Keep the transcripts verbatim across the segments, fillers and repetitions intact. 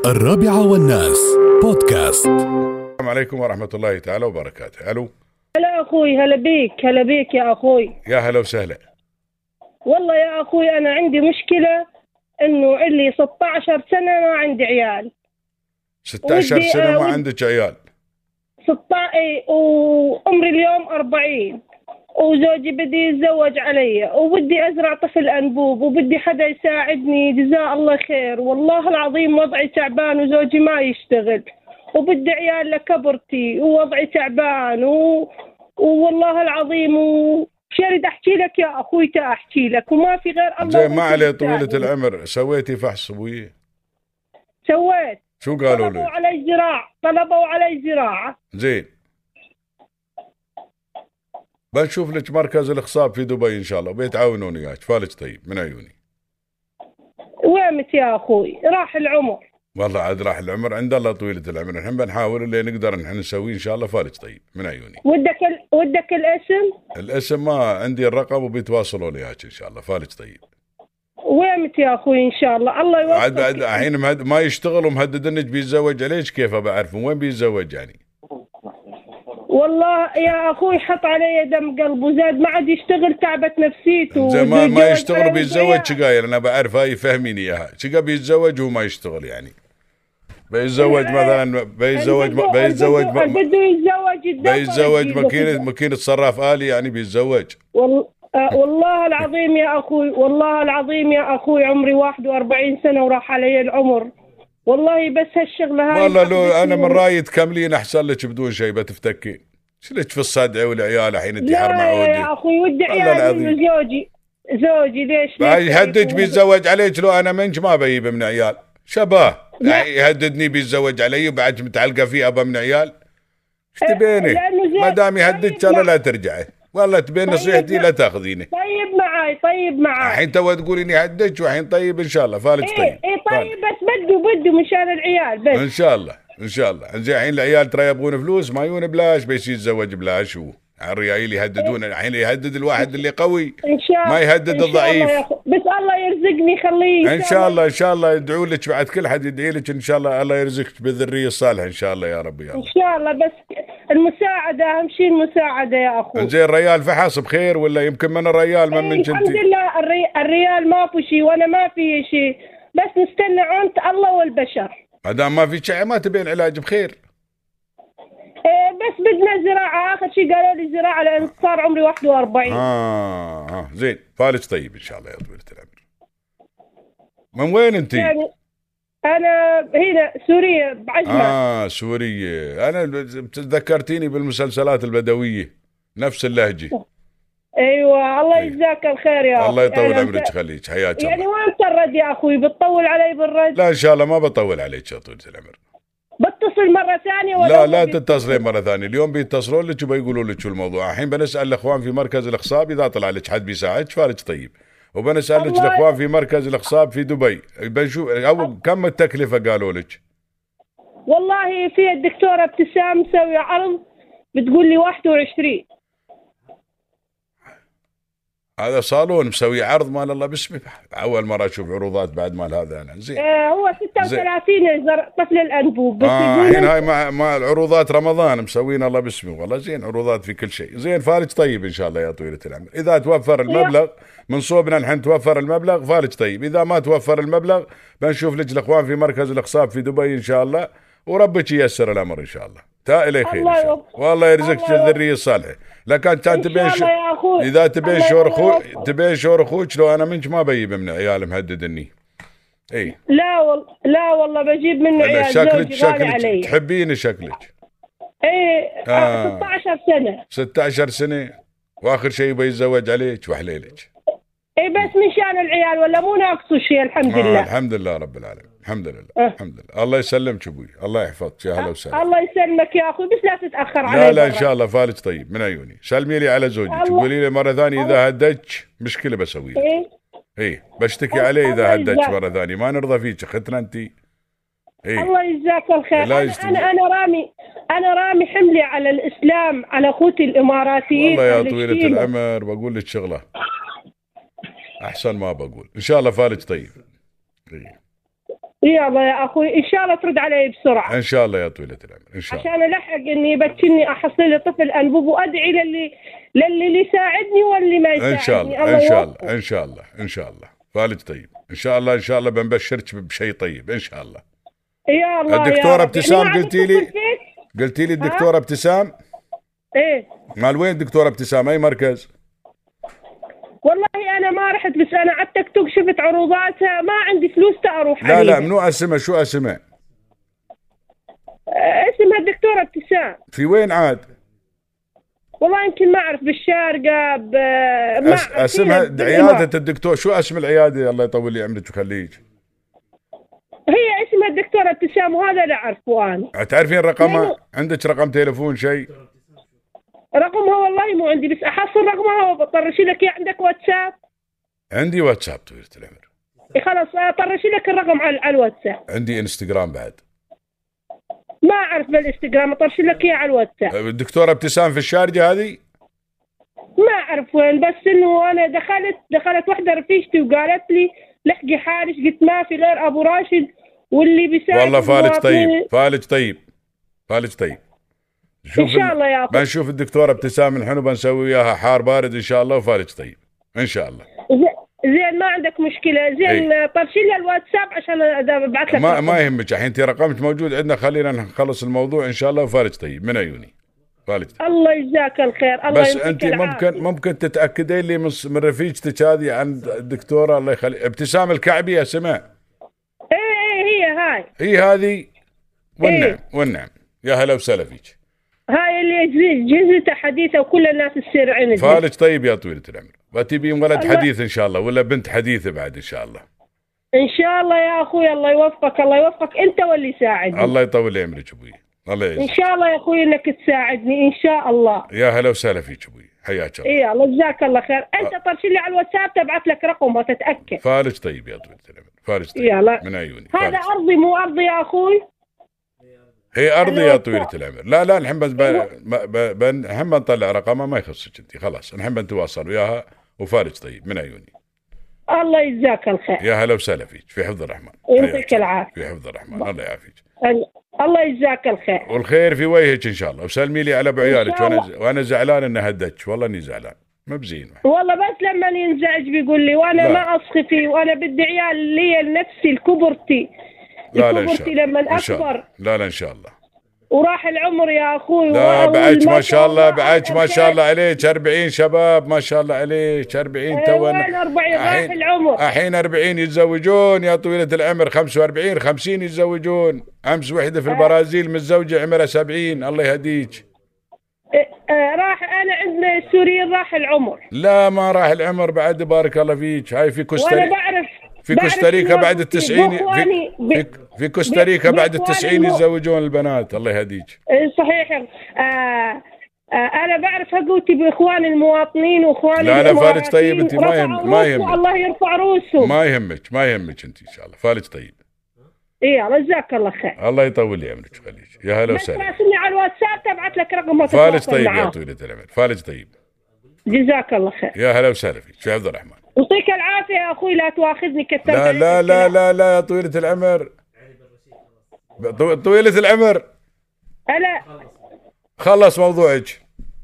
الرابعة والناس بودكاست. السلام عليكم ورحمة الله تعالى وبركاته. ألو. هلا أخوي، هلا بيك، هلا بيك يا أخوي. يا هلا وسهلا. والله يا أخوي أنا عندي مشكلة إنه اللي ستة عشر سنة ما عندي عيال. ستة عشر سنة ما عندك عيال؟ ستة اي، وعمري اليوم أربعين، وزوجي بدي يتزوج علي، وبدي أزرع طفل أنبوب، وبدي حدا يساعدني جزاه الله خير. والله العظيم وضعي تعبان وزوجي ما يشتغل، وبدي عيال لكبرتي ووضعي تعبان و... والله العظيم و... شريد أحكي لك يا أخوي، تا أحكي لك وما في غير الله. زي ما عليه طويلة العمر، سويتي فحص أبوي؟ سويت. شو قالوا لي؟ طلبوا علي زراعة، طلبوا علي زراعة. زين، بنشوف لك مركز الإخصاب في دبي إن شاء الله وبيتعاونون وياك. فالك طيب من عيوني. ويمت يا أخوي، راح العمر. والله عاد راح العمر، عند الله طويلة العمر. نحن بنحاول اللي نقدر نحن نسويه إن شاء الله. فالك طيب من عيوني. ودك ال... ودك الاسم؟ الاسم ما عندي، الرقم وبيتواصلوا وياك إن شاء الله. فالك طيب. ويمت يا أخوي إن شاء الله، الله يوفقك. عاد بعد الحين ما يشتغل ومهدد انك بيتزوج عليك، كيف بعرف وين بيتزوج يعني؟ والله يا اخوي حط علي دم قلبه، زاد ما عاد يشتغل، تعبت نفسيته. زي ما ما يشتغل وبيتزوج شقاير. انا بعرف هاي، فهميني اياها. شقا بيتزوج وهو ما يشتغل يعني؟ بيتزوج مثلا، بيتزوج بيتزوج بده يتزوج بيتزوج ماكينه ماكينه صراف آلي يعني بيتزوج. والله والله العظيم يا اخوي، والله العظيم يا اخوي عمري واحد وأربعين سنة وراح علي العمر. والله بس هالشغله هاي. والله لو انا من رايي تكملين احسن لك بدون شيء، بتفتكين شلك في الصدع والعيال الحين انت حرمه عودي. لا يا اخوي ودي عيالي وزوجي. زوجي ليش يهدج بيتزوج عليك؟ لو انا منك ما بجيب من عيال شباه. يهددني بيتزوج علي وبعد متعلقه فيه ابا من عيال. ايش تبيني؟ ما دام يهددك انا لا ترجعي. والله تبين نصيحتي لا تاخذيني. طيب معاي، طيب معاي. الحين تو تقوليني هددك والحين طيب ان شاء الله. فالك طيب. ايه ايه طيب بس بده بده مشان العيال بس. ان شاء الله ان شاء الله. زين الحين العيال ترى يبغون فلوس، ما يجون بلاش، بس يتزوج بلاش. هو الريايل يهددون الحين. يهدد الواحد اللي قوي، إن شاء الله. ما يهدد الضعيف. بس الله يرزقني خليه ان شاء الله. ان شاء الله يدعو لك، بعد كل حد يدعي لك ان شاء الله. الله يرزقك بالذريه الصالحه ان شاء الله يا رب يا الله. ان شاء الله. بس المساعده اهم شيء، المساعده يا اخوي. زين الريال فحص بخير ولا يمكن من الريال من منك انت؟ الحمد لله الري... الريال ما في شيء وانا ما في شيء، بس نستنى عونة الله والبشر. ما دام ما في شيء ما تبين علاج بخير. إيه بس بدنا زراعة. آخر شيء قالوا لي زراعة لأن صار عمري واحد وأربعين. آه آه زين. فالك طيب إن شاء الله يا طويلة العمر. من وين أنت؟ يعني أنا هنا سوريا بعجمة. آه سوريا. أنا تذكرتيني بالمسلسلات البدوية نفس اللهجة. ايوه الله يجزاك الخير يا اخوي. الله يطول يعني عمرك خليك. حياك الله. يعني وين ترد يا اخوي؟ بتطول علي بالرد؟ لا ان شاء الله ما بطول عليك يا طويلة العمر. بتصل مرة ثانية ولا لا لا تتصلين مرة ثانية. اليوم بيتصلون لك وبيقولوا لك شو الموضوع. الحين بنسأل الأخوان في مركز الإخصاب إذا طلع لك حد بيساعدك. فالك طيب. وبنسأل لك الأخوان في مركز الإخصاب في دبي بنشوف أو كم التكلفة قالوا لك. والله في الدكتورة ابتسام مسوي عرض بتقول لي واحد وعشرين. هذا صالون مسوي عرض مال الله باسمي. أول مرة أشوف عروضات بعد مال هذا أنا. زين. آه هو ستة وثلاثين طفل الأنبوب. بس آه الحين هاي مع, مع العروضات رمضان مسوين الله باسمي. والله زين عروضات في كل شيء. زين فالك طيب إن شاء الله يا طويلة العمر. إذا توفر المبلغ من صوبنا الحين توفر المبلغ فالك طيب. إذا ما توفر المبلغ بنشوف لك الأخوان في مركز الإخصاب في دبي إن شاء الله، وربك ييسر الأمر إن شاء الله. تا إلي خير إن شاء الله. والله يرزقك الذرية الصالحة. لكن كان تبين شو إذا تبين شور أخوك تبين شور أخوك لو أنا منك ما بجيب من عيال مهددني. إيه لا والله لا والله بجيب منه عيال. شكلك شكلك تحبيني شكلك. إيه آه. ستة عشر سنة. ستة عشر سنة وآخر شيء بيتزوج عليك وحليلك. إيه بس من شان العيال ولا مو ناقصه شيء. الحمد آه لله. الحمد لله رب العالمين. الحمد لله أه. الحمد لله. الله يسلمك ابوي. الله يحفظك. يا هلا وسهلا. الله يسلمك يا اخوي بس لا تتاخر علي. لا لا ان شاء الله. فالك طيب من عيوني. سلمي لي على زوجك وقولي لي مره ثانيه اذا هددك مشكله بسوي لك. ايه ايه بشتكي عليه اذا هددك مره ثانيه. ما نرضى فيك اختنا انت. ايه الله يجزاك الخير. انا انا انا رامي انا رامي حملي على الاسلام على اخوتي الاماراتيين. والله يا طويله العمر بقول لك شغله احسن ما بقول. ان شاء الله فالك طيب. إيه. يلا يا اخوي ان شاء الله ترد علي بسرعه ان شاء الله يا طويله العمر ان شاء الله. عشان الحق اني يبكني احصل لي طفل انبوب، وادعي للي للي اللي يساعدني واللي ما يساعدني. ان شاء الله ان شاء الله ان شاء الله ان شاء الله فالج طيب ان شاء الله ان شاء الله بنبشرك بشيء طيب ان شاء الله. يا الله الدكتوره يا ابتسام يعني قلتي لي قلتي لي الدكتوره ابتسام ايه مال وين الدكتوره ابتسام اي مركز؟ والله انا ما رحت، بس انا على التيك توك شفت عروضاتها، ما عندي فلوس اروح لا عليها. لا منو اسمها شو اسمها؟ اسمها الدكتورة ابتسام. في وين عاد؟ والله يمكن ما اعرف بالشارقة ب... أس... اسمها عيادة الدكتور، شو اسم العيادة؟ الله يطول لي عمرك ويخليك. هي اسمها الدكتورة ابتسام وهذا اللي اعرفه انا. تعرفين رقمها؟ عندك رقم تليفون شيء؟ رقمها والله مو عندي، بس احصل رقمها وبطرش لك اياه. عندك واتساب؟ عندي واتساب طويلة العمر. إيه خلاص اطرش لك الرقم على, على الواتساب. عندي انستغرام بعد. ما اعرف بالانستغرام، اطرش لك اياه على الواتساب. الدكتورة ابتسام في الشارقة هذه؟ ما اعرف وين، بس انه انا دخلت دخلت وحده رفيجتي وقالت لي لحقي حالك، قلت ما في غير ابو راشد واللي بيساعد. والله فالج طيب فالج طيب فالج طيب. ان شاء الله يا اخي بنشوف الدكتورة ابتسام الحين وبنسوي وياها حار بارد ان شاء الله وفالج طيب ان شاء الله. زين ما عندك مشكلة. زين طرشي لي الواتساب عشان ابعث لك. ما ما يهمك، الحين انت رقمك موجود عندنا، خلينا نخلص الموضوع ان شاء الله وفالج طيب من عيوني. فالج طيب. الله يجزاك الخير. الله بس انت ممكن ممكن تتاكدين لي من من رفيجتك هذه عن الدكتورة الله يخلي ابتسام الكعبي اسمها؟ ايه ايه هي هاي هي هذه والنعم إيه؟ والنعم يا هلا وسهلا فيك. هاي اللي جهزتها حديثة وكل الناس تصير عندها. فالج طيب يا طويلة العمر. وتبين ولد حديث ان شاء الله ولا بنت حديثة بعد ان شاء الله. ان شاء الله يا اخوي. الله يوفقك الله يوفقك انت واللي يساعدني. الله يطول لي عمرك ابوي. الله يعزك. ان شاء الله يا اخوي انك تساعدني ان شاء الله. يا هلا وسهلا فيك ابوي، حياك الله. اي الله جزاك الله خير. انت أ... طرشي لي على الواتساب تبعث لك رقم وتتاكد. فالج طيب يا طويلة العمر. فالج طيب يلا. من عيوني. هذا ارضي مو ارضي يا اخوي. هي ارضي يا طويلة العمر. لا لا الحين بس الحين بنطلع رقمها ما يخصك انت، خلاص الحين بنتواصل وياها وفالج طيب من عيوني. الله يجزاك الخير. يا هلا وسهلا فيك، في حفظ الرحمن. يعطيك العافية. في حفظ الرحمن. الله يعافيك. الله يجزاك الخير. والخير في وجهك ان شاء الله، وسلمي لي على ابو عيالك. وانا وانا زعلان انه هدتك، والله اني زعلان ما بزين. والله بس لما ينزعج بيقول لي وانا لا. ما اصخي فيه، وانا بدي عيال لي لنفسي الكبرتي. لا لا ان شاء الله. لما اكبر. لا لا ان شاء الله. وراح العمر يا اخوي. لا بعدك ما شاء الله، بعدك ما شاء الله عليك أربعين شباب ما شاء الله عليك أربعين تو. وين أربعين راح العمر. الحين أربعين يتزوجون يا طويلة العمر، خمسة وأربعين خمسين يتزوجون. امس وحده في البرازيل متزوجه عمرها سبعين الله يهديك. اه راح انا عندنا السوريين راح العمر. لا ما راح العمر بعد بارك الله فيك. هاي في كوستاريكا. وانا بعرف في كوستاريكا بعد التسعين في, في, في كوستاريكا بعد التسعين يتزوجون البنات الله يهديك. صحيح. آه آه انا بعرف حقوقي باخوان المواطنين واخوان. لا لا فالج طيب انت ما يهم ما يهمك. الله يرفع روسهم. ما يهمك ما يهمك انت ان شاء الله. فالج طيب. اي الله جزاك الله خير. الله يطول لي عمرك ويخليك. يا هلا وسهلا. بس على الواتساب تبعت لك رقم فالج طيب يا طويلة العمر. فالج طيب. جزاك الله خير. يا هلا وسهلا فيك. في عبد الرحمن. يعطيك العافية يا أخوي لا تواخذني كثرت. لا لا لا لا لا يا طويلة العمر. طويلة العمر. هلا. خلص موضوعك.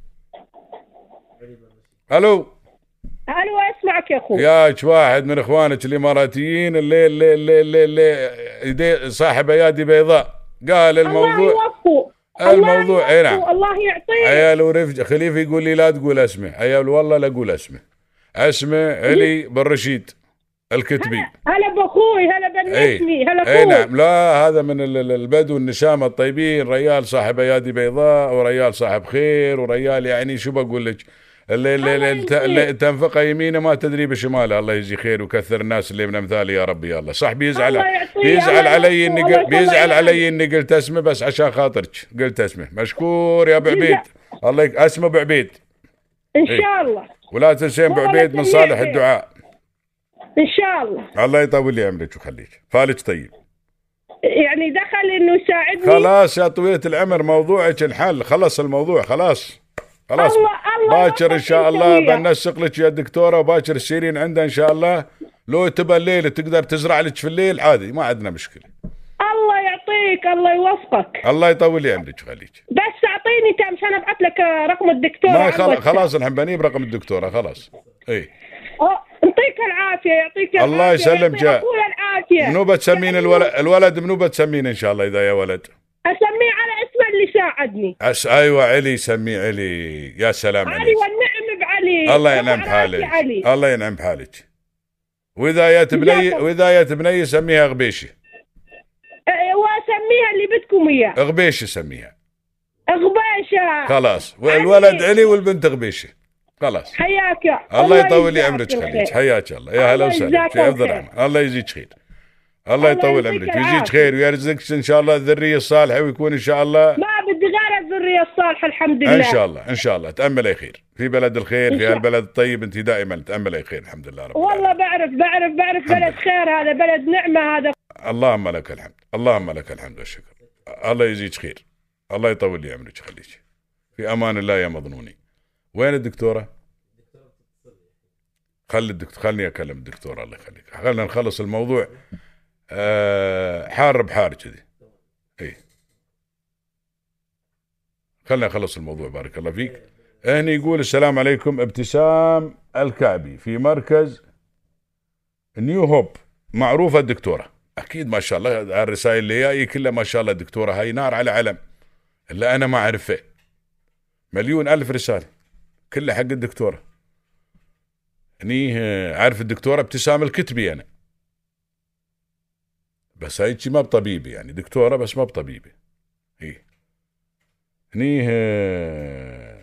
الو. الو اسمعك يا اخوي. ياك واحد من اخوانك الاماراتيين اللي اللي اللي اللي, اللي صاحب ايادي بيضاء قال الموضوع. الله يوفقه. الموضوع اي نعم. الله يعطيه. عيال ورفج خليفه يقول لي لا تقول اسمه، عيال والله لا اقول اسمه. اسمه علي بن رشيد الكتبي. هلا باخوي هلا بنسمي هلا اخوي. اي نعم. لا هذا من البدو النشامه الطيبين، ريال صاحب ايادي بيضاء وريال صاحب خير وريال يعني شو بقول لك اللي, اللي, اللي تنفقه يمينه ما تدري بشماله. الله يجزي خير وكثر الناس اللي من امثالي يا ربي. يا الله صح بيزعل بيزعل علي اني بيزعل علي اني قلت اسمه بس عشان خاطرك قلت اسمه. مشكور يا ابو عبيد. الله اسمه ابو عبيد ان شاء الله. ولا تنسين ابو عبيد من صالح الدعاء ان شاء الله. الله يطول لي عمرك ويخليك. فالج طيب. يعني دخل انه يساعدني. خلاص يا طويلة العمر موضوعك انحل. خلص الموضوع خلاص خلاص. الله الله باكر ان شاء الله بنسق لك يا دكتوره وباكر السيرين عنده ان شاء الله. لو تبى الليل تقدر تزرع لك في الليل عادي ما عندنا مشكله. يخليك، الله يوفقك. الله يطول لي عمرك خليك. بس اعطيني انت عشان ابعث لك رقم الدكتور. ما خل... خلاص الحين بنجيب رقم الدكتوره خلاص. اي يعطيك العافيه، يعطيك العافيه. الله يسلمك. العافيه. منو بتسمين الولد؟ الولد منو بتسمين ان شاء الله اذا يا ولد؟ اسميه على اسمه اللي ساعدني. أس... ايوه علي، سميه علي. يا سلام علي عليك. والنعم بعلي. الله ينعم بحالك. الله ينعم بحالك. واذا جت بني واذا جت بني سميها غبيشه. واسميها اللي بدكم اياه. غبيشه سميها. غبيشه. خلاص، والولد علي والبنت غبيشه. خلاص. حياك يا الله يطول لي عمرك خليك. حياك الله. يا هلا وسهلا في عبد الرحمن. الله يجزيك خير. الله يطول عمرك ويجزيك خير ويرزقك ان شاء الله الذريه الصالحه ويكون ان شاء الله. ما بدي غير الذريه الصالحه الحمد لله. ان شاء الله ان شاء الله تاملي خير في بلد الخير، في هالبلد الطيب انت دائما تاملي خير الحمد لله رب والله بعرف بعرف بعرف بلد خير، هذا بلد نعمه هذا. اللهم لك الحمد، اللهم لك الحمد والشكر. الله يجزيك خير. الله يطول لي عمرك خليك. في امان الله يا مظنوني. وين الدكتوره؟ خلي الدكتور خلني اكلم الدكتوره الله يخليك. خلينا نخلص الموضوع أه حار بحار كذي. اي خلنا نخلص الموضوع بارك الله فيك. هني يقول السلام عليكم، ابتسام الكعبي في مركز نيو هوب. معروفة الدكتورة أكيد ما شاء الله. الرسائل اللي جاي كلها ما شاء الله الدكتورة هاي نار على علم، إلا أنا ما أعرفه. مليون ألف رسالة كلها حق الدكتورة. هني عارف الدكتورة ابتسام الكتبي أنا، بس هاي ما بطبيبي يعني، دكتورة بس ما بطبيبي. هي هني